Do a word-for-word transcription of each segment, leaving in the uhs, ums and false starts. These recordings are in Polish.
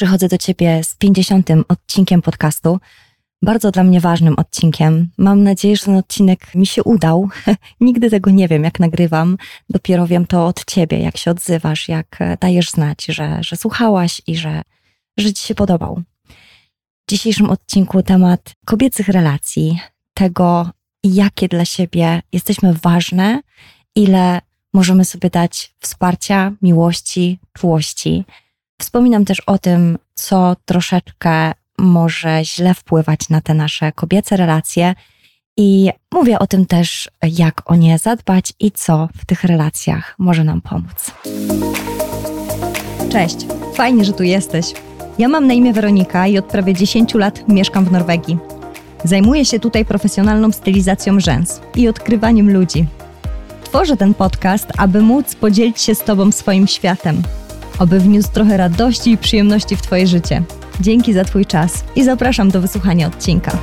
przychodzę do Ciebie z pięćdziesiątym odcinkiem podcastu. Bardzo dla mnie ważnym odcinkiem. Mam nadzieję, że ten odcinek mi się udał. Nigdy tego nie wiem, jak nagrywam. Dopiero wiem to od Ciebie, jak się odzywasz, jak dajesz znać, że, że słuchałaś i że, że Ci się podobał. W dzisiejszym odcinku temat kobiecych relacji, tego, jakie dla siebie jesteśmy ważne, ile możemy sobie dać wsparcia, miłości, czułości. Wspominam też o tym, co troszeczkę może źle wpływać na te nasze kobiece relacje i mówię o tym też, jak o nie zadbać i co w tych relacjach może nam pomóc. Cześć, fajnie, że tu jesteś. Ja mam na imię Weronika i od prawie dziesięciu lat mieszkam w Norwegii. Zajmuję się tutaj profesjonalną stylizacją rzęs i odkrywaniem ludzi. Tworzę ten podcast, aby móc podzielić się z Tobą swoim światem, aby wniósł trochę radości i przyjemności w Twoje życie. Dzięki za Twój czas i zapraszam do wysłuchania odcinka.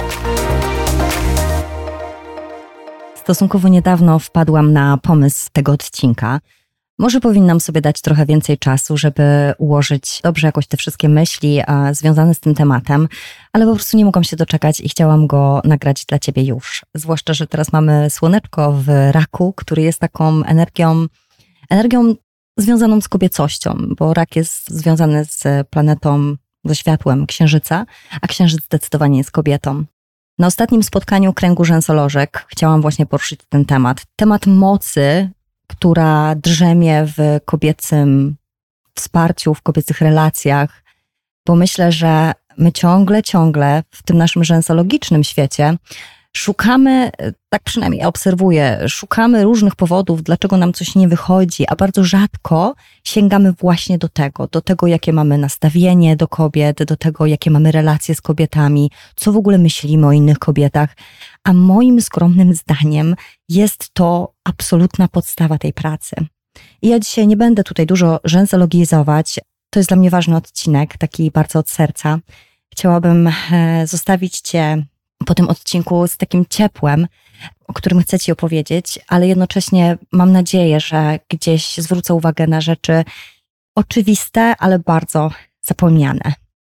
Stosunkowo niedawno wpadłam na pomysł tego odcinka. Może powinnam sobie dać trochę więcej czasu, żeby ułożyć dobrze jakoś te wszystkie myśli a, związane z tym tematem, ale po prostu nie mogłam się doczekać i chciałam go nagrać dla Ciebie już. Zwłaszcza, że teraz mamy słoneczko w Raku, który jest taką energią, energią związaną z kobiecością, bo Rak jest związany z planetą, ze światłem Księżyca, a Księżyc zdecydowanie jest kobietą. Na ostatnim spotkaniu Kręgu Rzęsolożek chciałam właśnie poruszyć ten temat. Temat mocy, która drzemie w kobiecym wsparciu, w kobiecych relacjach, bo myślę, że my ciągle, ciągle w tym naszym rzęsologicznym świecie szukamy, tak przynajmniej ja obserwuję, szukamy różnych powodów, dlaczego nam coś nie wychodzi, a bardzo rzadko sięgamy właśnie do tego, do tego, jakie mamy nastawienie do kobiet, do tego, jakie mamy relacje z kobietami, co w ogóle myślimy o innych kobietach, a moim skromnym zdaniem jest to absolutna podstawa tej pracy. I ja dzisiaj nie będę tutaj dużo rzęsologizować, to jest dla mnie ważny odcinek, taki bardzo od serca. Chciałabym zostawić Cię po tym odcinku z takim ciepłem, o którym chcę Ci opowiedzieć, ale jednocześnie mam nadzieję, że gdzieś zwrócę uwagę na rzeczy oczywiste, ale bardzo zapomniane.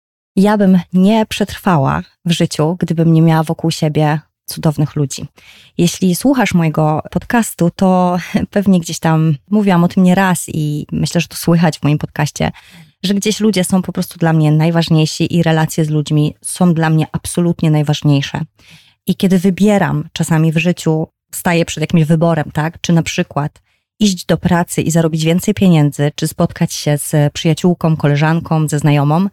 Ja bym nie przetrwała w życiu, gdybym nie miała wokół siebie cudownych ludzi. Jeśli słuchasz mojego podcastu, to pewnie gdzieś tam mówiłam o tym nieraz i myślę, że to słychać w moim podcaście, że gdzieś ludzie są po prostu dla mnie najważniejsi i relacje z ludźmi są dla mnie absolutnie najważniejsze. I kiedy wybieram czasami w życiu, staję przed jakimś wyborem, tak? Czy na przykład iść do pracy i zarobić więcej pieniędzy, czy spotkać się z przyjaciółką, koleżanką, ze znajomą,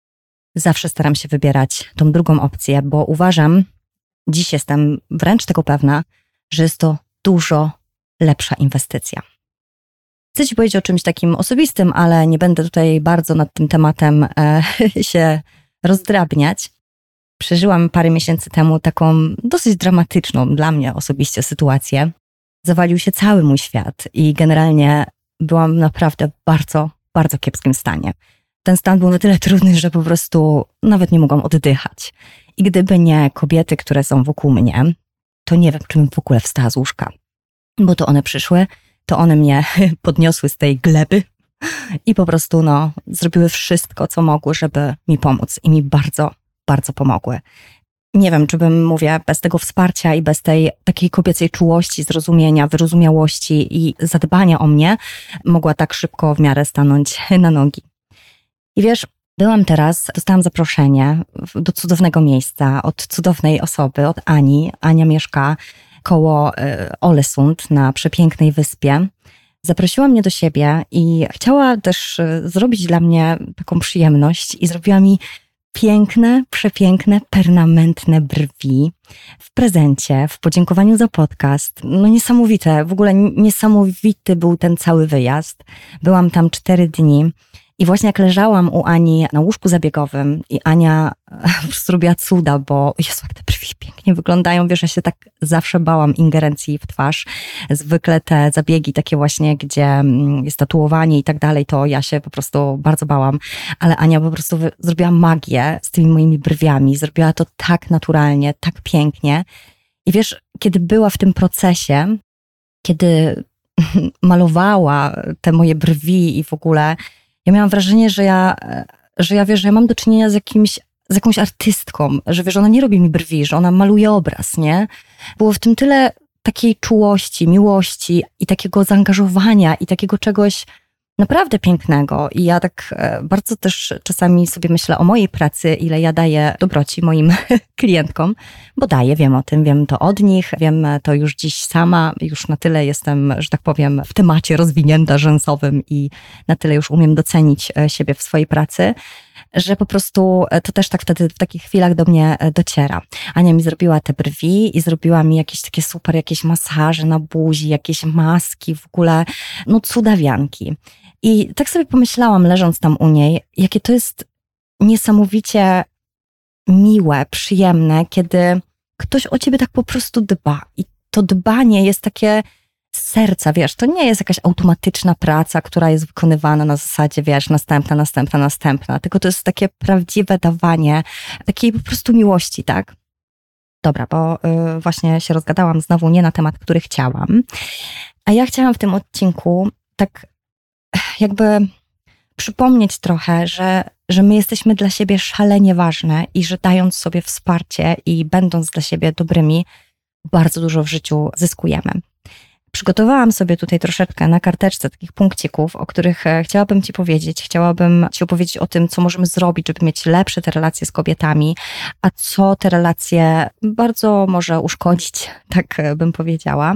zawsze staram się wybierać tą drugą opcję, bo uważam, dziś jestem wręcz tego pewna, że jest to dużo lepsza inwestycja. Chcę Ci powiedzieć o czymś takim osobistym, ale nie będę tutaj bardzo nad tym tematem e, się rozdrabniać. Przeżyłam parę miesięcy temu taką dosyć dramatyczną dla mnie osobiście sytuację. Zawalił się cały mój świat i generalnie byłam naprawdę w bardzo, bardzo kiepskim stanie. Ten stan był na tyle trudny, że po prostu nawet nie mogłam oddychać. I gdyby nie kobiety, które są wokół mnie, to nie wiem, czy bym w ogóle wstała z łóżka. Bo to one przyszły, to one mnie podniosły z tej gleby i po prostu no, zrobiły wszystko, co mogły, żeby mi pomóc. I mi bardzo, bardzo pomogły. Nie wiem, czy bym, mówię, bez tego wsparcia i bez tej takiej kobiecej czułości, zrozumienia, wyrozumiałości i zadbania o mnie mogła tak szybko w miarę stanąć na nogi. I wiesz, byłam teraz, dostałam zaproszenie do cudownego miejsca od cudownej osoby, od Ani. Ania mieszka koło Ålesund na przepięknej wyspie. Zaprosiła mnie do siebie i chciała też zrobić dla mnie taką przyjemność i zrobiła mi piękne, przepiękne, permanentne brwi w prezencie, w podziękowaniu za podcast. No niesamowite, w ogóle niesamowity był ten cały wyjazd. Byłam tam cztery dni. I właśnie jak leżałam u Ani na łóżku zabiegowym i Ania po prostu robiła cuda, bo Jezu, jak te brwi pięknie wyglądają. Wiesz, ja się tak zawsze bałam ingerencji w twarz. Zwykle te zabiegi takie właśnie, gdzie jest tatuowanie i tak dalej, to ja się po prostu bardzo bałam. Ale Ania po prostu zrobiła magię z tymi moimi brwiami. Zrobiła to tak naturalnie, tak pięknie. I wiesz, kiedy była w tym procesie, kiedy malowała te moje brwi i w ogóle, ja miałam wrażenie, że ja że ja wiesz, że ja mam do czynienia z jakimś, z jakąś artystką, że wiesz, ona nie robi mi brwi, że ona maluje obraz, nie? Było w tym tyle takiej czułości, miłości i takiego zaangażowania i takiego czegoś naprawdę pięknego. I ja tak bardzo też czasami sobie myślę o mojej pracy, ile ja daję dobroci moim klientkom, bo daję, wiem o tym, wiem to od nich, wiem to już dziś sama, już na tyle jestem, że tak powiem, w temacie rozwinięta rzęsowym i na tyle już umiem docenić siebie w swojej pracy, że po prostu to też tak wtedy w takich chwilach do mnie dociera. Ania mi zrobiła te brwi i zrobiła mi jakieś takie super, jakieś masaże na buzi, jakieś maski, w ogóle, no cudawianki. I tak sobie pomyślałam, leżąc tam u niej, jakie to jest niesamowicie miłe, przyjemne, kiedy ktoś o ciebie tak po prostu dba. I to dbanie jest takie z serca, wiesz, to nie jest jakaś automatyczna praca, która jest wykonywana na zasadzie, wiesz, następna, następna, następna, tylko to jest takie prawdziwe dawanie takiej po prostu miłości, tak? Dobra, bo yy, właśnie się rozgadałam znowu nie na temat, który chciałam, a ja chciałam w tym odcinku tak jakby przypomnieć trochę, że, że my jesteśmy dla siebie szalenie ważne i że dając sobie wsparcie i będąc dla siebie dobrymi, bardzo dużo w życiu zyskujemy. Przygotowałam sobie tutaj troszeczkę na karteczce takich punkcików, o których chciałabym Ci powiedzieć. Chciałabym Ci opowiedzieć o tym, co możemy zrobić, żeby mieć lepsze te relacje z kobietami, a co te relacje bardzo może uszkodzić, tak bym powiedziała.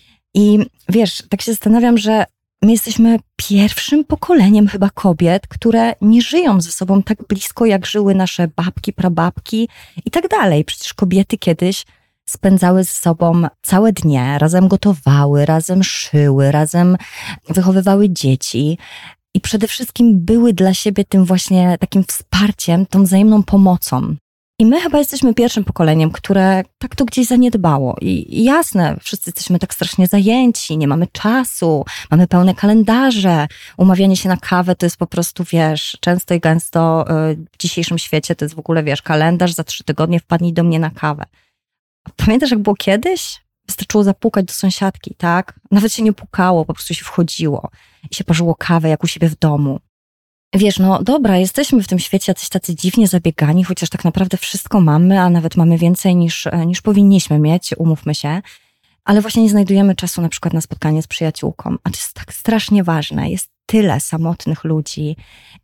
I wiesz, tak się zastanawiam, że my jesteśmy pierwszym pokoleniem chyba kobiet, które nie żyją ze sobą tak blisko, jak żyły nasze babki, prababki i tak dalej. Przecież kobiety kiedyś spędzały ze sobą całe dnie, razem gotowały, razem szyły, razem wychowywały dzieci i przede wszystkim były dla siebie tym właśnie takim wsparciem, tą wzajemną pomocą. I my chyba jesteśmy pierwszym pokoleniem, które tak to gdzieś zaniedbało. I, i jasne, wszyscy jesteśmy tak strasznie zajęci, nie mamy czasu, mamy pełne kalendarze. Umawianie się na kawę to jest po prostu, wiesz, często i gęsto w dzisiejszym świecie to jest w ogóle, wiesz, kalendarz, za trzy tygodnie wpadnij do mnie na kawę. A pamiętasz, jak było kiedyś? Wystarczyło zapukać do sąsiadki, tak? Nawet się nie pukało, po prostu się wchodziło i się parzyło kawę, jak u siebie w domu. Wiesz, no dobra, jesteśmy w tym świecie jacyś tacy dziwnie zabiegani, chociaż tak naprawdę wszystko mamy, a nawet mamy więcej niż, niż powinniśmy mieć, umówmy się, ale właśnie nie znajdujemy czasu na przykład na spotkanie z przyjaciółką, a to jest tak strasznie ważne, jest tyle samotnych ludzi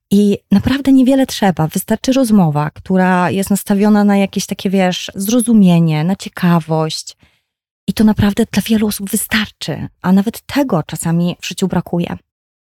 i naprawdę niewiele trzeba, wystarczy rozmowa, która jest nastawiona na jakieś takie, wiesz, zrozumienie, na ciekawość i to naprawdę dla wielu osób wystarczy, a nawet tego czasami w życiu brakuje.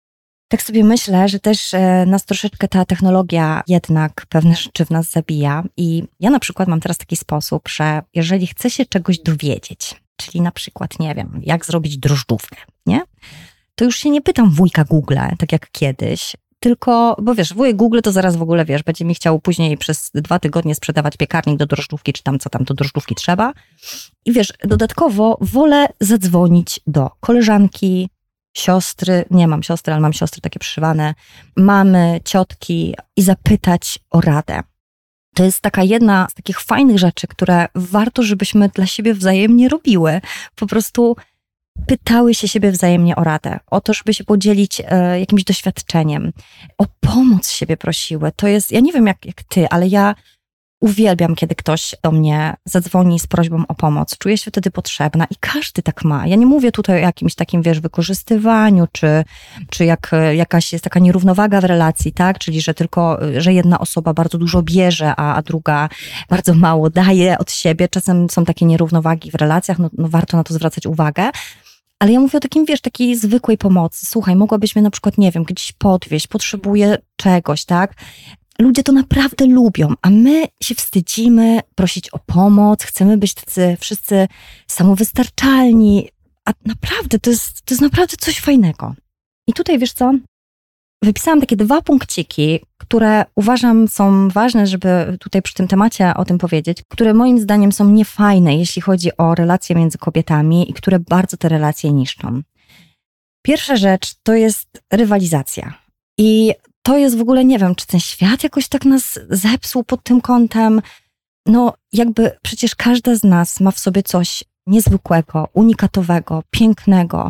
Tak sobie myślę, że też nas troszeczkę ta technologia jednak pewne rzeczy w nas zabija i ja na przykład mam teraz taki sposób, że jeżeli chcę się czegoś dowiedzieć, czyli na przykład, nie wiem, jak zrobić drożdżówkę, nie? To już się nie pytam wujka Google, tak jak kiedyś, tylko, bo wiesz, wujek Google to zaraz w ogóle, wiesz, będzie mi chciał później przez dwa tygodnie sprzedawać piekarnik do drożdżówki, czy tam co tam do drożdżówki trzeba. I wiesz, dodatkowo wolę zadzwonić do koleżanki, siostry, nie mam siostry, ale mam siostry takie przyszywane, mamy, ciotki i zapytać o radę. To jest taka jedna z takich fajnych rzeczy, które warto, żebyśmy dla siebie wzajemnie robiły. Po prostu pytały się siebie wzajemnie o radę, o to, żeby się podzielić e, jakimś doświadczeniem, o pomoc siebie prosiły. To jest, ja nie wiem jak, jak ty, ale ja uwielbiam, kiedy ktoś do mnie zadzwoni z prośbą o pomoc. Czuję się wtedy potrzebna i każdy tak ma. Ja nie mówię tutaj o jakimś takim, wiesz, wykorzystywaniu, czy, czy jak jakaś jest taka nierównowaga w relacji, tak? Czyli, że tylko, że jedna osoba bardzo dużo bierze, a, a druga bardzo mało daje od siebie. Czasem są takie nierównowagi w relacjach, no, no warto na to zwracać uwagę. Ale ja mówię o takim, wiesz, takiej zwykłej pomocy. Słuchaj, mogłabyś mnie na przykład, nie wiem, gdzieś podwieźć, potrzebuję czegoś, tak? Ludzie to naprawdę lubią, a my się wstydzimy prosić o pomoc, chcemy być tacy wszyscy samowystarczalni, a naprawdę to jest, to jest naprawdę coś fajnego. I tutaj, wiesz co, wypisałam takie dwa punkciki, które uważam są ważne, żeby tutaj przy tym temacie o tym powiedzieć, które moim zdaniem są niefajne, jeśli chodzi o relacje między kobietami i które bardzo te relacje niszczą. Pierwsza rzecz to jest rywalizacja. I to jest w ogóle, nie wiem, czy ten świat jakoś tak nas zepsuł pod tym kątem. No jakby przecież każda z nas ma w sobie coś niezwykłego, unikatowego, pięknego.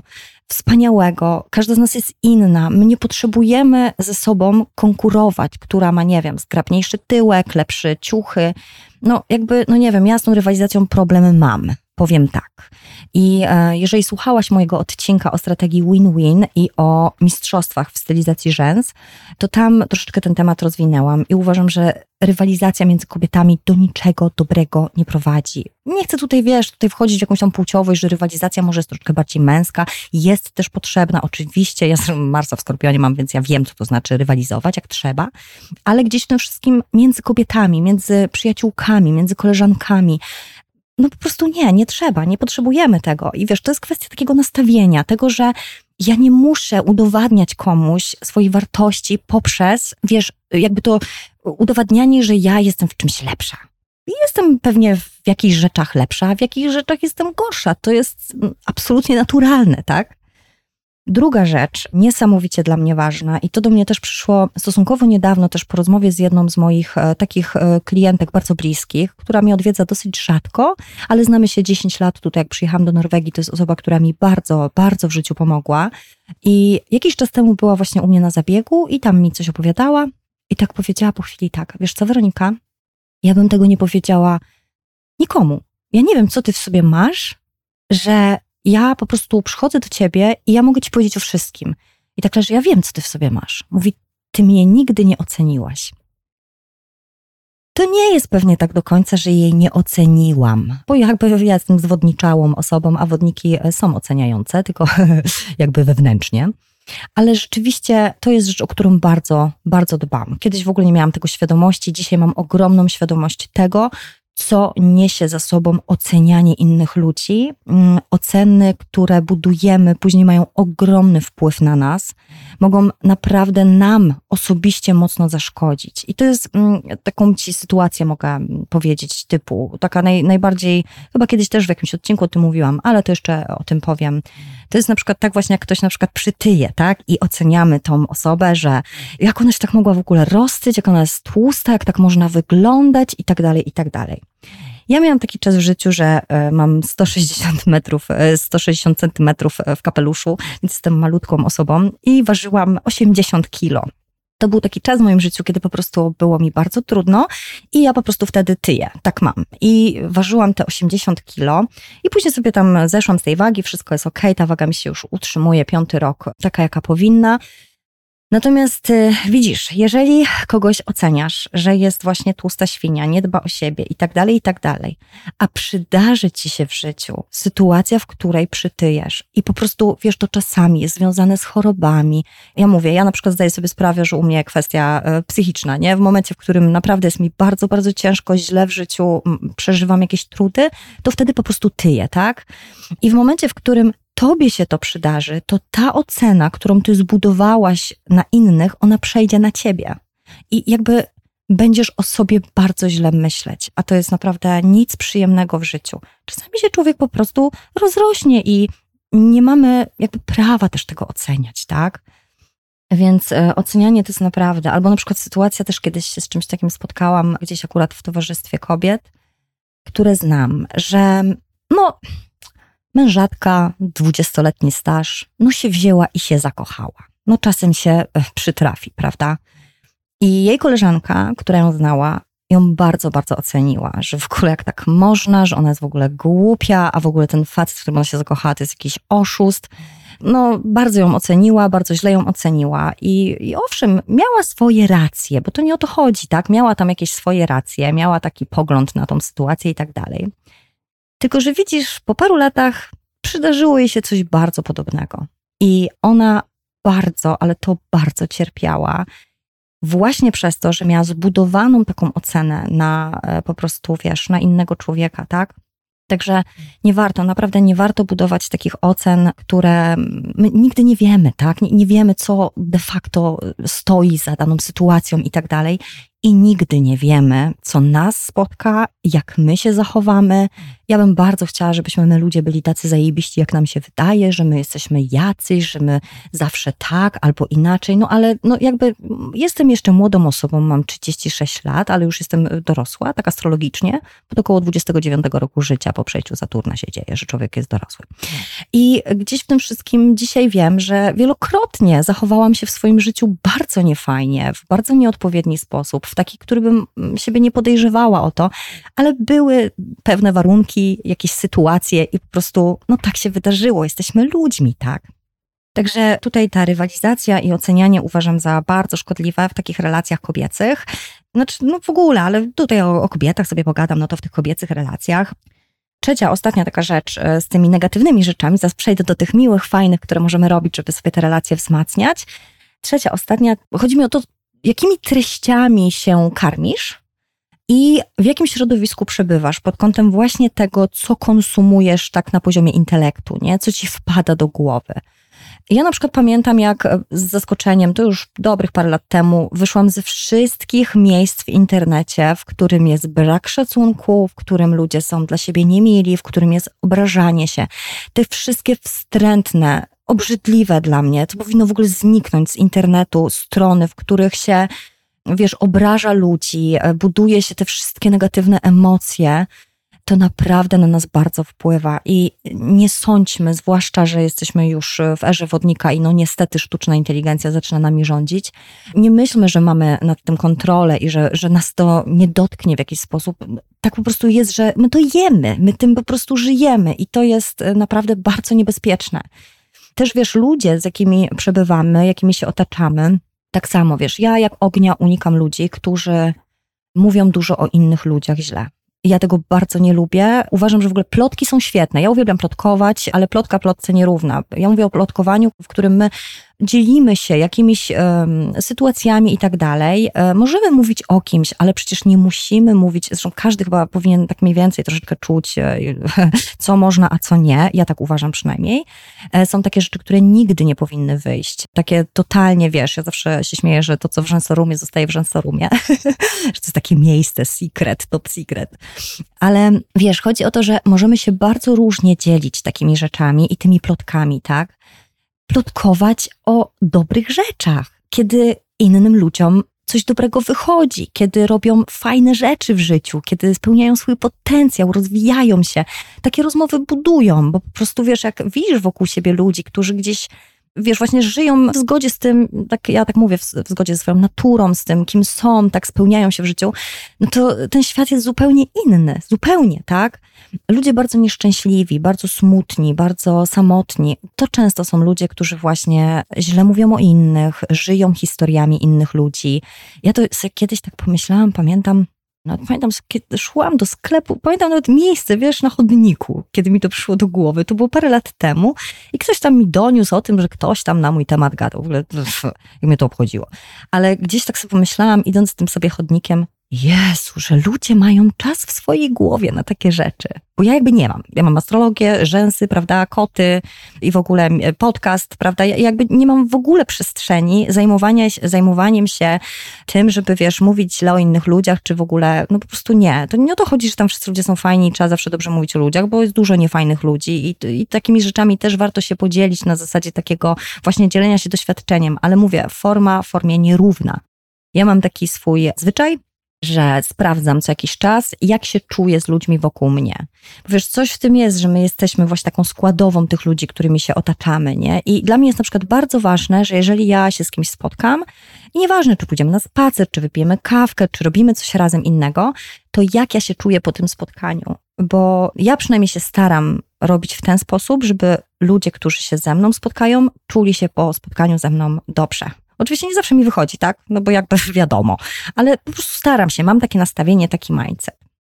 wspaniałego. Każda z nas jest inna. My nie potrzebujemy ze sobą konkurować, która ma, nie wiem, zgrabniejszy tyłek, lepsze ciuchy. No jakby, no nie wiem, ja z tą rywalizacją problem mam. Powiem tak. I e, jeżeli słuchałaś mojego odcinka o strategii win-win i o mistrzostwach w stylizacji rzęs, to tam troszeczkę ten temat rozwinęłam i uważam, że rywalizacja między kobietami do niczego dobrego nie prowadzi. Nie chcę tutaj, wiesz, tutaj wchodzić w jakąś tam płciowość, że rywalizacja może jest troszeczkę bardziej męska, jest też potrzebna, oczywiście, ja Marsa w Skorpionie mam, więc ja wiem, co to znaczy rywalizować, jak trzeba, ale gdzieś w tym wszystkim między kobietami, między przyjaciółkami, między koleżankami, no po prostu nie, nie trzeba, nie potrzebujemy tego. I wiesz, to jest kwestia takiego nastawienia, tego, że ja nie muszę udowadniać komuś swojej wartości poprzez, wiesz, jakby to udowadnianie, że ja jestem w czymś lepsza. Jestem pewnie w jakichś rzeczach lepsza, a w jakichś rzeczach jestem gorsza. To jest absolutnie naturalne, tak? Druga rzecz, niesamowicie dla mnie ważna i to do mnie też przyszło stosunkowo niedawno, też po rozmowie z jedną z moich e, takich e, klientek bardzo bliskich, która mnie odwiedza dosyć rzadko, ale znamy się dziesięć lat tutaj, jak przyjechałam do Norwegii, to jest osoba, która mi bardzo, bardzo w życiu pomogła i jakiś czas temu była właśnie u mnie na zabiegu i tam mi coś opowiadała i tak powiedziała po chwili tak, wiesz co, Weronika, ja bym tego nie powiedziała nikomu. Ja nie wiem, co ty w sobie masz, że ja po prostu przychodzę do ciebie i ja mogę ci powiedzieć o wszystkim. I tak, że ja wiem, co ty w sobie masz. Mówi, ty mnie nigdy nie oceniłaś. To nie jest pewnie tak do końca, że jej nie oceniłam. Bo jakby ja jestem zwodniczałą osobą, a wodniki są oceniające, tylko jakby wewnętrznie. Ale rzeczywiście to jest rzecz, o którą bardzo, bardzo dbam. Kiedyś w ogóle nie miałam tego świadomości, dzisiaj mam ogromną świadomość tego, co niesie za sobą ocenianie innych ludzi. Oceny, które budujemy, później mają ogromny wpływ na nas, mogą naprawdę nam osobiście mocno zaszkodzić. I to jest, taką ci sytuację mogę powiedzieć, typu, taka naj, najbardziej, chyba kiedyś też w jakimś odcinku o tym mówiłam, ale to jeszcze o tym powiem. To jest na przykład tak właśnie, jak ktoś na przykład przytyje, tak? I oceniamy tą osobę, że jak ona się tak mogła w ogóle roztyć, jak ona jest tłusta, jak tak można wyglądać i tak dalej, i tak dalej. Ja miałam taki czas w życiu, że mam sto sześćdziesiąt metrów, sto sześćdziesiąt centymetrów w kapeluszu, więc jestem malutką osobą i ważyłam osiemdziesiąt kilo. To był taki czas w moim życiu, kiedy po prostu było mi bardzo trudno i ja po prostu wtedy tyję, tak mam. I ważyłam te osiemdziesiąt kilo i później sobie tam zeszłam z tej wagi, wszystko jest okej, ta waga mi się już utrzymuje piąty rok, taka jaka powinna. Natomiast y, widzisz, jeżeli kogoś oceniasz, że jest właśnie tłusta świnia, nie dba o siebie i tak dalej, i tak dalej, a przydarzy ci się w życiu sytuacja, w której przytyjesz i po prostu, wiesz, to czasami jest związane z chorobami. Ja mówię, ja na przykład zdaję sobie sprawę, że u mnie kwestia y, psychiczna, nie? W momencie, w którym naprawdę jest mi bardzo, bardzo ciężko, źle w życiu, m, przeżywam jakieś trudy, to wtedy po prostu tyję, tak? I w momencie, w którym tobie się to przydarzy, to ta ocena, którą ty zbudowałaś na innych, ona przejdzie na ciebie. I jakby będziesz o sobie bardzo źle myśleć, a to jest naprawdę nic przyjemnego w życiu. Czasami się człowiek po prostu rozrośnie i nie mamy jakby prawa też tego oceniać, tak? Więc e, ocenianie to jest naprawdę, albo na przykład sytuacja też kiedyś się z czymś takim spotkałam, gdzieś akurat w towarzystwie kobiet, które znam, że no... Mężatka, dwudziestoletni staż, no się wzięła i się zakochała. No czasem się przytrafi, prawda? I jej koleżanka, która ją znała, ją bardzo, bardzo oceniła, że w ogóle jak tak można, że ona jest w ogóle głupia, a w ogóle ten facet, w którym ona się zakochała, to jest jakiś oszust. No bardzo ją oceniła, bardzo źle ją oceniła i, i owszem, miała swoje racje, bo to nie o to chodzi, tak? Miała tam jakieś swoje racje, miała taki pogląd na tą sytuację i tak dalej. Tylko że widzisz, po paru latach przydarzyło jej się coś bardzo podobnego. I ona bardzo, ale to bardzo cierpiała. Właśnie przez to, że miała zbudowaną taką ocenę na po prostu, wiesz, na innego człowieka, tak? Także nie warto, naprawdę nie warto budować takich ocen, które my nigdy nie wiemy, tak? Nie, nie wiemy, co de facto stoi za daną sytuacją i tak dalej. i nigdy nie wiemy, co nas spotka, jak my się zachowamy. Ja bym bardzo chciała, żebyśmy my ludzie byli tacy zajebiści, jak nam się wydaje, że my jesteśmy jacyś, że my zawsze tak albo inaczej. No ale no jakby jestem jeszcze młodą osobą, mam trzydzieści sześć lat, ale już jestem dorosła, tak astrologicznie, bo około dwudziestego dziewiątego roku życia po przejściu Saturna się dzieje, że człowiek jest dorosły. I gdzieś w tym wszystkim dzisiaj wiem, że wielokrotnie zachowałam się w swoim życiu bardzo niefajnie, w bardzo nieodpowiedni sposób, w taki, który bym siebie nie podejrzewała o to, ale były pewne warunki, jakieś sytuacje i po prostu, no tak się wydarzyło, jesteśmy ludźmi, tak? Także tutaj ta rywalizacja i ocenianie uważam za bardzo szkodliwe w takich relacjach kobiecych. Znaczy, no w ogóle, ale tutaj o, o kobietach sobie pogadam, no to w tych kobiecych relacjach. Trzecia, ostatnia taka rzecz z tymi negatywnymi rzeczami, zaraz przejdę do tych miłych, fajnych, które możemy robić, żeby sobie te relacje wzmacniać. Trzecia, ostatnia, chodzi mi o to, jakimi treściami się karmisz i w jakim środowisku przebywasz pod kątem właśnie tego, co konsumujesz tak na poziomie intelektu, nie? Co ci wpada do głowy. Ja na przykład pamiętam, jak z zaskoczeniem, to już dobrych parę lat temu, wyszłam ze wszystkich miejsc w internecie, w którym jest brak szacunku, w którym ludzie są dla siebie niemili, w którym jest obrażanie się. Te wszystkie wstrętne, obrzydliwe dla mnie, to powinno w ogóle zniknąć z internetu, strony, w których się, wiesz, obraża ludzi, buduje się te wszystkie negatywne emocje. To naprawdę na nas bardzo wpływa i nie sądźmy, zwłaszcza, że jesteśmy już w erze wodnika i no niestety sztuczna inteligencja zaczyna nami rządzić. Nie myślmy, że mamy nad tym kontrolę i że, że nas to nie dotknie w jakiś sposób. Tak po prostu jest, że my to jemy, my tym po prostu żyjemy i to jest naprawdę bardzo niebezpieczne. Też wiesz, ludzie, z jakimi przebywamy, jakimi się otaczamy, tak samo wiesz, ja jak ognia unikam ludzi, którzy mówią dużo o innych ludziach źle. Ja tego bardzo nie lubię. Uważam, że w ogóle plotki są świetne. Ja uwielbiam plotkować, ale plotka plotce nierówna. Ja mówię o plotkowaniu, w którym my dzielimy się jakimiś um, sytuacjami i tak dalej. E, możemy mówić o kimś, ale przecież nie musimy mówić, zresztą każdy chyba powinien tak mniej więcej troszeczkę czuć, e, co można, a co nie. Ja tak uważam przynajmniej. E, są takie rzeczy, które nigdy nie powinny wyjść. Takie totalnie, wiesz, ja zawsze się śmieję, że to, co w rzęsorumie, zostaje w rzęsorumie. Że to jest takie miejsce, secret, top secret. Ale wiesz, chodzi o to, że możemy się bardzo różnie dzielić takimi rzeczami i tymi plotkami, tak? Plotkować o dobrych rzeczach, kiedy innym ludziom coś dobrego wychodzi, kiedy robią fajne rzeczy w życiu, kiedy spełniają swój potencjał, rozwijają się. Takie rozmowy budują, bo po prostu wiesz, jak widzisz wokół siebie ludzi, którzy gdzieś, wiesz, właśnie żyją w zgodzie z tym, tak ja tak mówię, w, w zgodzie ze swoją naturą, z tym, kim są, tak spełniają się w życiu, no to ten świat jest zupełnie inny, zupełnie, tak? Ludzie bardzo nieszczęśliwi, bardzo smutni, bardzo samotni, to często są ludzie, którzy właśnie źle mówią o innych, żyją historiami innych ludzi. Ja to sobie kiedyś tak pomyślałam, pamiętam, no, pamiętam, kiedy szłam do sklepu, pamiętam nawet miejsce, wiesz, na chodniku, kiedy mi to przyszło do głowy. To było parę lat temu i ktoś tam mi doniósł o tym, że ktoś tam na mój temat gadał. W ogóle, jak mnie to obchodziło. Ale gdzieś tak sobie pomyślałam, idąc tym sobie chodnikiem, Jezu, że ludzie mają czas w swojej głowie na takie rzeczy. Bo ja jakby nie mam. Ja mam astrologię, rzęsy, prawda, koty i w ogóle podcast, prawda. Ja jakby nie mam w ogóle przestrzeni zajmowania, zajmowaniem się tym, żeby, wiesz, mówić źle o innych ludziach, czy w ogóle, no po prostu nie. To nie o to chodzi, że tam wszyscy ludzie są fajni i trzeba zawsze dobrze mówić o ludziach, bo jest dużo niefajnych ludzi i, i takimi rzeczami też warto się podzielić na zasadzie takiego właśnie dzielenia się doświadczeniem. Ale mówię, forma formie nierówna. Ja mam taki swój zwyczaj, że sprawdzam co jakiś czas, jak się czuję z ludźmi wokół mnie. Bo wiesz, coś w tym jest, że my jesteśmy właśnie taką składową tych ludzi, którymi się otaczamy, nie? I dla mnie jest na przykład bardzo ważne, że jeżeli ja się z kimś spotkam i nieważne, czy pójdziemy na spacer, czy wypijemy kawkę, czy robimy coś razem innego, to jak ja się czuję po tym spotkaniu. Bo ja przynajmniej się staram robić w ten sposób, żeby ludzie, którzy się ze mną spotkają, czuli się po spotkaniu ze mną dobrze. Oczywiście nie zawsze mi wychodzi, tak? No bo jakby wiadomo, ale po prostu staram się, mam takie nastawienie, taki mindset.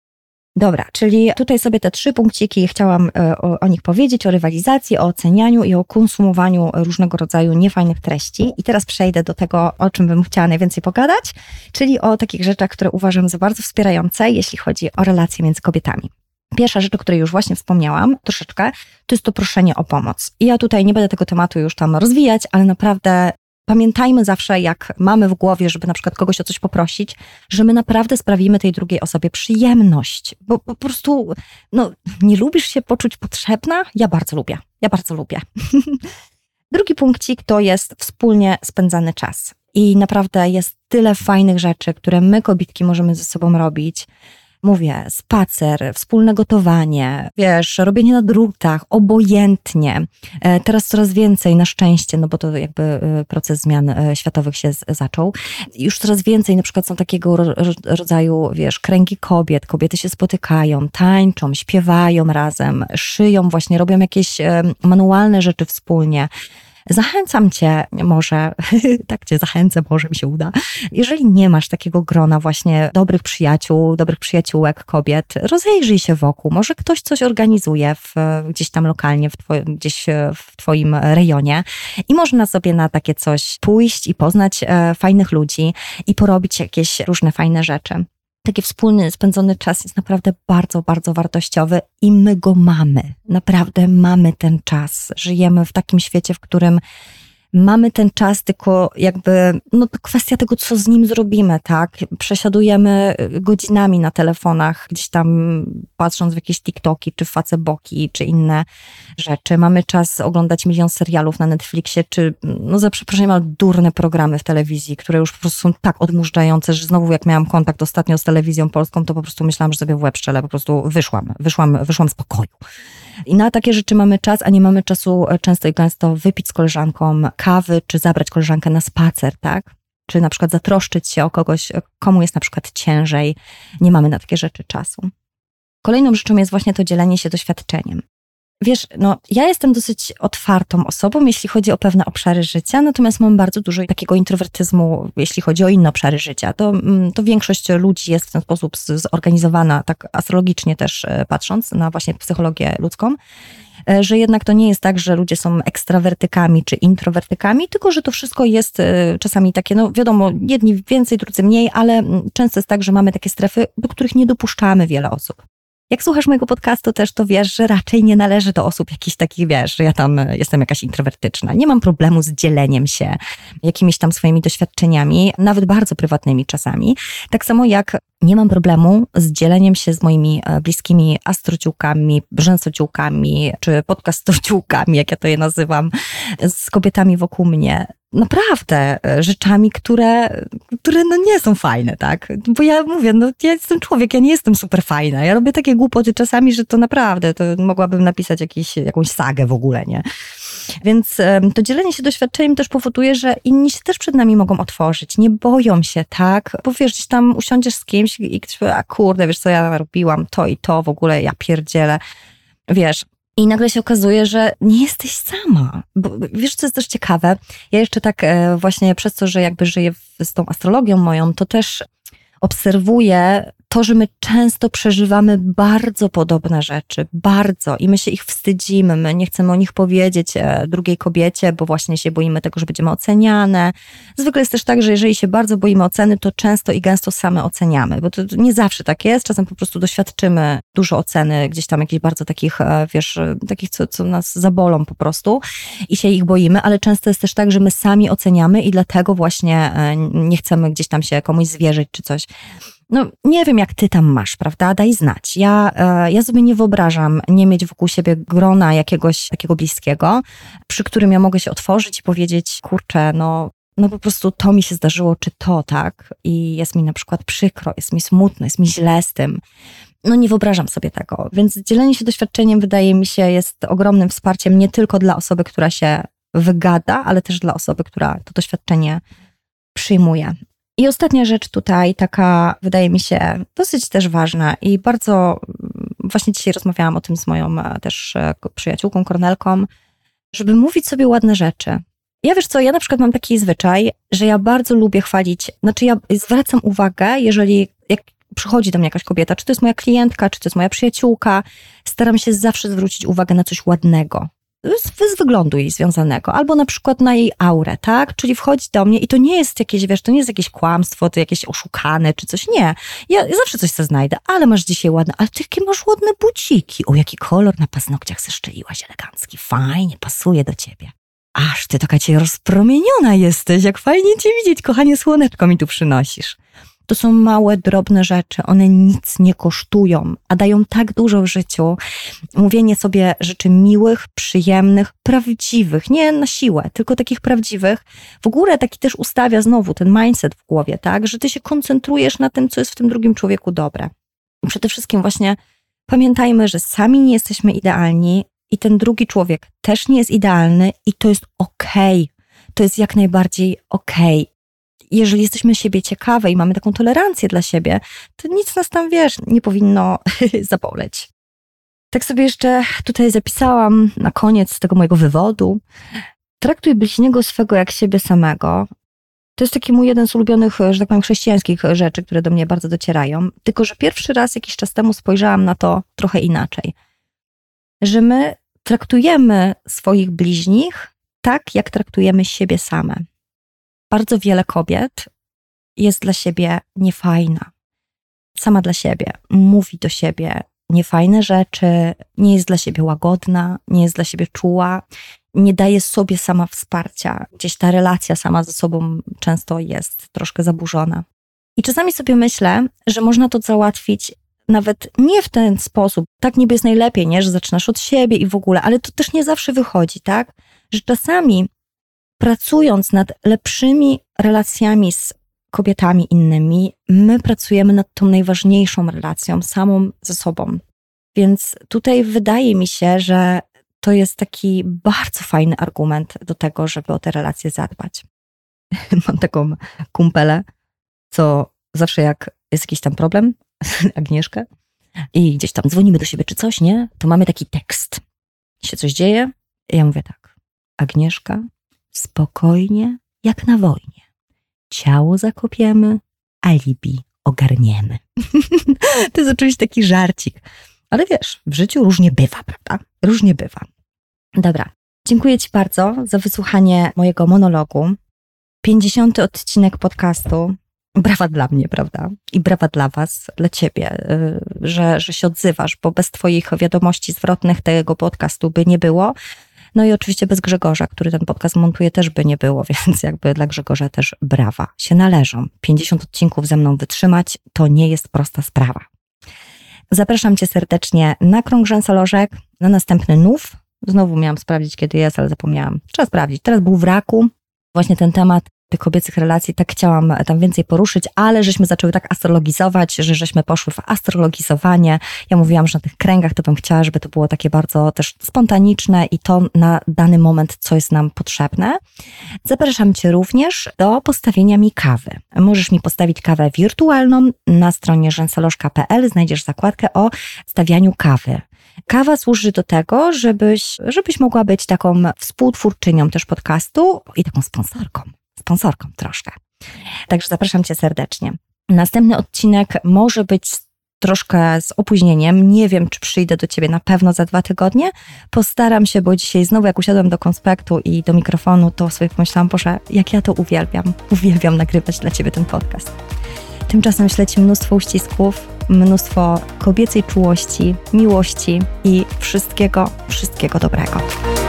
Dobra, czyli tutaj sobie te trzy punkciki chciałam o, o nich powiedzieć, o rywalizacji, o ocenianiu i o konsumowaniu różnego rodzaju niefajnych treści. I teraz przejdę do tego, o czym bym chciała najwięcej pogadać, czyli o takich rzeczach, które uważam za bardzo wspierające, jeśli chodzi o relacje między kobietami. Pierwsza rzecz, o której już właśnie wspomniałam troszeczkę, to jest to proszenie o pomoc. I ja tutaj nie będę tego tematu już tam rozwijać, ale naprawdę Pamiętajmy zawsze, jak mamy w głowie, żeby na przykład kogoś o coś poprosić, że my naprawdę sprawimy tej drugiej osobie przyjemność. Bo po prostu, no, nie lubisz się poczuć potrzebna? Ja bardzo lubię. Ja bardzo lubię. Drugi punkcik to jest wspólnie spędzany czas. I naprawdę jest tyle fajnych rzeczy, które my, kobietki, możemy ze sobą robić. Mówię, spacer, wspólne gotowanie, wiesz, robienie na drutach, obojętnie. Teraz coraz więcej, na szczęście, no bo to jakby proces zmian światowych się z, zaczął. Już coraz więcej na przykład są takiego ro, rodzaju, wiesz, kręgi kobiet. Kobiety się spotykają, tańczą, śpiewają razem, szyją właśnie, robią jakieś manualne rzeczy wspólnie. Zachęcam cię, może, tak cię zachęcę, może mi się uda. Jeżeli nie masz takiego grona właśnie dobrych przyjaciół, dobrych przyjaciółek, kobiet, rozejrzyj się wokół. Może ktoś coś organizuje w, gdzieś tam lokalnie, w twoim, gdzieś w twoim rejonie i można sobie na takie coś pójść i poznać e, fajnych ludzi i porobić jakieś różne fajne rzeczy. Taki wspólny, spędzony czas jest naprawdę bardzo, bardzo wartościowy i my go mamy. Naprawdę mamy ten czas. Żyjemy w takim świecie, w którym mamy ten czas, tylko jakby, no to kwestia tego, co z nim zrobimy, tak? Przesiadujemy godzinami na telefonach, gdzieś tam patrząc w jakieś TikToki, czy Facebooki, czy inne rzeczy. Mamy czas oglądać milion serialów na Netflixie, czy, no za przeproszeniem, ale durne programy w telewizji, które już po prostu są tak odmurzające, że znowu jak miałam kontakt ostatnio z telewizją polską, to po prostu myślałam, że sobie w łeb strzelę, po prostu wyszłam, wyszłam, wyszłam z pokoju. I na takie rzeczy mamy czas, a nie mamy czasu często i gęsto wypić z koleżanką kawy, czy zabrać koleżankę na spacer, tak? Czy na przykład zatroszczyć się o kogoś, komu jest na przykład ciężej. Nie mamy na takie rzeczy czasu. Kolejną rzeczą jest właśnie to dzielenie się doświadczeniem. Wiesz, no ja jestem dosyć otwartą osobą, jeśli chodzi o pewne obszary życia, natomiast mam bardzo dużo takiego introwertyzmu, jeśli chodzi o inne obszary życia. To, to większość ludzi jest w ten sposób zorganizowana, tak astrologicznie też patrząc na właśnie psychologię ludzką, że jednak to nie jest tak, że ludzie są ekstrawertykami czy introwertykami, tylko że to wszystko jest czasami takie, no wiadomo, jedni więcej, drudzy mniej, ale często jest tak, że mamy takie strefy, do których nie dopuszczamy wiele osób. Jak słuchasz mojego podcastu też, to wiesz, że raczej nie należy do osób jakichś takich, wiesz, że ja tam jestem jakaś introwertyczna. Nie mam problemu z dzieleniem się jakimiś tam swoimi doświadczeniami, nawet bardzo prywatnymi czasami. Tak samo jak nie mam problemu z dzieleniem się z moimi bliskimi astrociułkami, brzęsociułkami, czy podcastociułkami, jak ja to je nazywam, z kobietami wokół mnie. Naprawdę rzeczami, które, które no nie są fajne, tak? Bo ja mówię, no ja jestem człowiek, ja nie jestem super fajna. Ja robię takie głupoty czasami, że to naprawdę, to mogłabym napisać jakiś, jakąś sagę w ogóle, nie? Więc to dzielenie się doświadczeniem też powoduje, że inni się też przed nami mogą otworzyć, nie boją się, tak? Bo wiesz, gdzieś tam usiądziesz z kimś i ktoś powie, a kurde, wiesz co ja robiłam, to i to w ogóle, ja pierdzielę, wiesz. I nagle się okazuje, że nie jesteś sama. Bo wiesz, co jest też ciekawe? Ja jeszcze tak właśnie przez to, że jakby żyję z tą astrologią moją, to też obserwuję to, że my często przeżywamy bardzo podobne rzeczy, bardzo i my się ich wstydzimy, my nie chcemy o nich powiedzieć drugiej kobiecie, bo właśnie się boimy tego, że będziemy oceniane. Zwykle jest też tak, że jeżeli się bardzo boimy oceny, to często i gęsto same oceniamy, bo to nie zawsze tak jest, czasem po prostu doświadczymy dużo oceny, gdzieś tam jakichś bardzo takich, wiesz, takich, co, co nas zabolą po prostu i się ich boimy, ale często jest też tak, że my sami oceniamy i dlatego właśnie nie chcemy gdzieś tam się komuś zwierzyć czy coś. No nie wiem, jak ty tam masz, prawda? Daj znać. Ja, ja sobie nie wyobrażam nie mieć wokół siebie grona jakiegoś takiego bliskiego, przy którym ja mogę się otworzyć i powiedzieć, kurczę, no, no po prostu to mi się zdarzyło, czy to, tak? I jest mi na przykład przykro, jest mi smutno, jest mi źle z tym. No nie wyobrażam sobie tego. Więc dzielenie się doświadczeniem, wydaje mi się, jest ogromnym wsparciem nie tylko dla osoby, która się wygada, ale też dla osoby, która to doświadczenie przyjmuje. I ostatnia rzecz tutaj, taka wydaje mi się dosyć też ważna i bardzo, właśnie dzisiaj rozmawiałam o tym z moją też przyjaciółką, Kornelką, żeby mówić sobie ładne rzeczy. Ja wiesz co, ja na przykład mam taki zwyczaj, że ja bardzo lubię chwalić, znaczy ja zwracam uwagę, jeżeli jak przychodzi do mnie jakaś kobieta, czy to jest moja klientka, czy to jest moja przyjaciółka, staram się zawsze zwrócić uwagę na coś ładnego. Z, z wyglądu jej związanego, albo na przykład na jej aurę, tak? Czyli wchodzi do mnie i to nie jest jakieś, wiesz, to nie jest jakieś kłamstwo, to jakieś oszukane czy coś, nie. Ja, ja zawsze coś sobie znajdę, ale masz dzisiaj ładne, ale ty jakie masz ładne buciki, o jaki kolor na paznokciach zeszczeliłaś elegancki, fajnie, pasuje do ciebie. aż ty taka cię rozpromieniona jesteś, jak fajnie cię widzieć, kochanie, słoneczko mi tu przynosisz. To są małe, drobne rzeczy, one nic nie kosztują, a dają tak dużo w życiu. Mówienie sobie rzeczy miłych, przyjemnych, prawdziwych, nie na siłę, tylko takich prawdziwych. W ogóle taki też ustawia znowu ten mindset w głowie, tak, że ty się koncentrujesz na tym, co jest w tym drugim człowieku dobre. I przede wszystkim właśnie pamiętajmy, że sami nie jesteśmy idealni i ten drugi człowiek też nie jest idealny i to jest okej. To jest jak najbardziej okej. Jeżeli jesteśmy siebie ciekawe i mamy taką tolerancję dla siebie, to nic nas tam, wiesz, nie powinno zaboleć. Tak sobie jeszcze tutaj zapisałam na koniec tego mojego wywodu. Traktuj bliźniego swego jak siebie samego. To jest taki mój jeden z ulubionych, że tak powiem, chrześcijańskich rzeczy, które do mnie bardzo docierają. Tylko że pierwszy raz jakiś czas temu spojrzałam na to trochę inaczej. Że my traktujemy swoich bliźnich tak, jak traktujemy siebie same. Bardzo wiele kobiet jest dla siebie niefajna. Sama dla siebie. Mówi do siebie niefajne rzeczy, nie jest dla siebie łagodna, nie jest dla siebie czuła, nie daje sobie sama wsparcia. Gdzieś ta relacja sama ze sobą często jest troszkę zaburzona. I czasami sobie myślę, że można to załatwić nawet nie w ten sposób. Tak niby jest najlepiej, nie? Że zaczynasz od siebie i w ogóle, ale to też nie zawsze wychodzi, tak? Że czasami pracując nad lepszymi relacjami z kobietami innymi, my pracujemy nad tą najważniejszą relacją, samą ze sobą. Więc tutaj wydaje mi się, że to jest taki bardzo fajny argument do tego, żeby o te relacje zadbać. Mam taką kumpelę, co zawsze jak jest jakiś tam problem, Agnieszkę, i gdzieś tam dzwonimy do siebie czy coś, nie? To mamy taki tekst. Się coś dzieje i ja mówię tak. Agnieszka, spokojnie, jak na wojnie. Ciało zakopiemy, alibi ogarniemy. To jest oczywiście taki żarcik. Ale wiesz, w życiu różnie bywa, prawda? Różnie bywa. Dobra, dziękuję ci bardzo za wysłuchanie mojego monologu. pięćdziesiąty odcinek podcastu. Brawa dla mnie, prawda? I brawa dla was, dla ciebie, że, że się odzywasz, bo bez twoich wiadomości zwrotnych tego podcastu by nie było. No i oczywiście bez Grzegorza, który ten podcast montuje, też by nie było, więc jakby dla Grzegorza też brawa się należą. pięćdziesiąt odcinków ze mną wytrzymać to nie jest prosta sprawa. Zapraszam cię serdecznie na Krąg Rzęsolożek, na następny nów. Znowu miałam sprawdzić, kiedy jest, ale zapomniałam. Trzeba sprawdzić. Teraz był w raku. Właśnie ten temat tych kobiecych relacji, tak chciałam tam więcej poruszyć, ale żeśmy zaczęły tak astrologizować, że żeśmy poszły w astrologizowanie. Ja mówiłam, że na tych kręgach to bym chciała, żeby to było takie bardzo też spontaniczne i to na dany moment, co jest nam potrzebne. Zapraszam cię również do postawienia mi kawy. Możesz mi postawić kawę wirtualną na stronie rzęsolożka kropka p l. Znajdziesz zakładkę o stawianiu kawy. Kawa służy do tego, żebyś, żebyś mogła być taką współtwórczynią też podcastu i taką sponsorką. Sponsorką troszkę. Także zapraszam cię serdecznie. Następny odcinek może być troszkę z opóźnieniem. Nie wiem, czy przyjdę do ciebie na pewno za dwa tygodnie. Postaram się, bo dzisiaj znowu jak usiadłem do konspektu i do mikrofonu, to sobie pomyślałam, Boże, jak ja to uwielbiam. Uwielbiam nagrywać dla ciebie ten podcast. Tymczasem ślę ci mnóstwo uścisków, mnóstwo kobiecej czułości, miłości i wszystkiego, wszystkiego dobrego.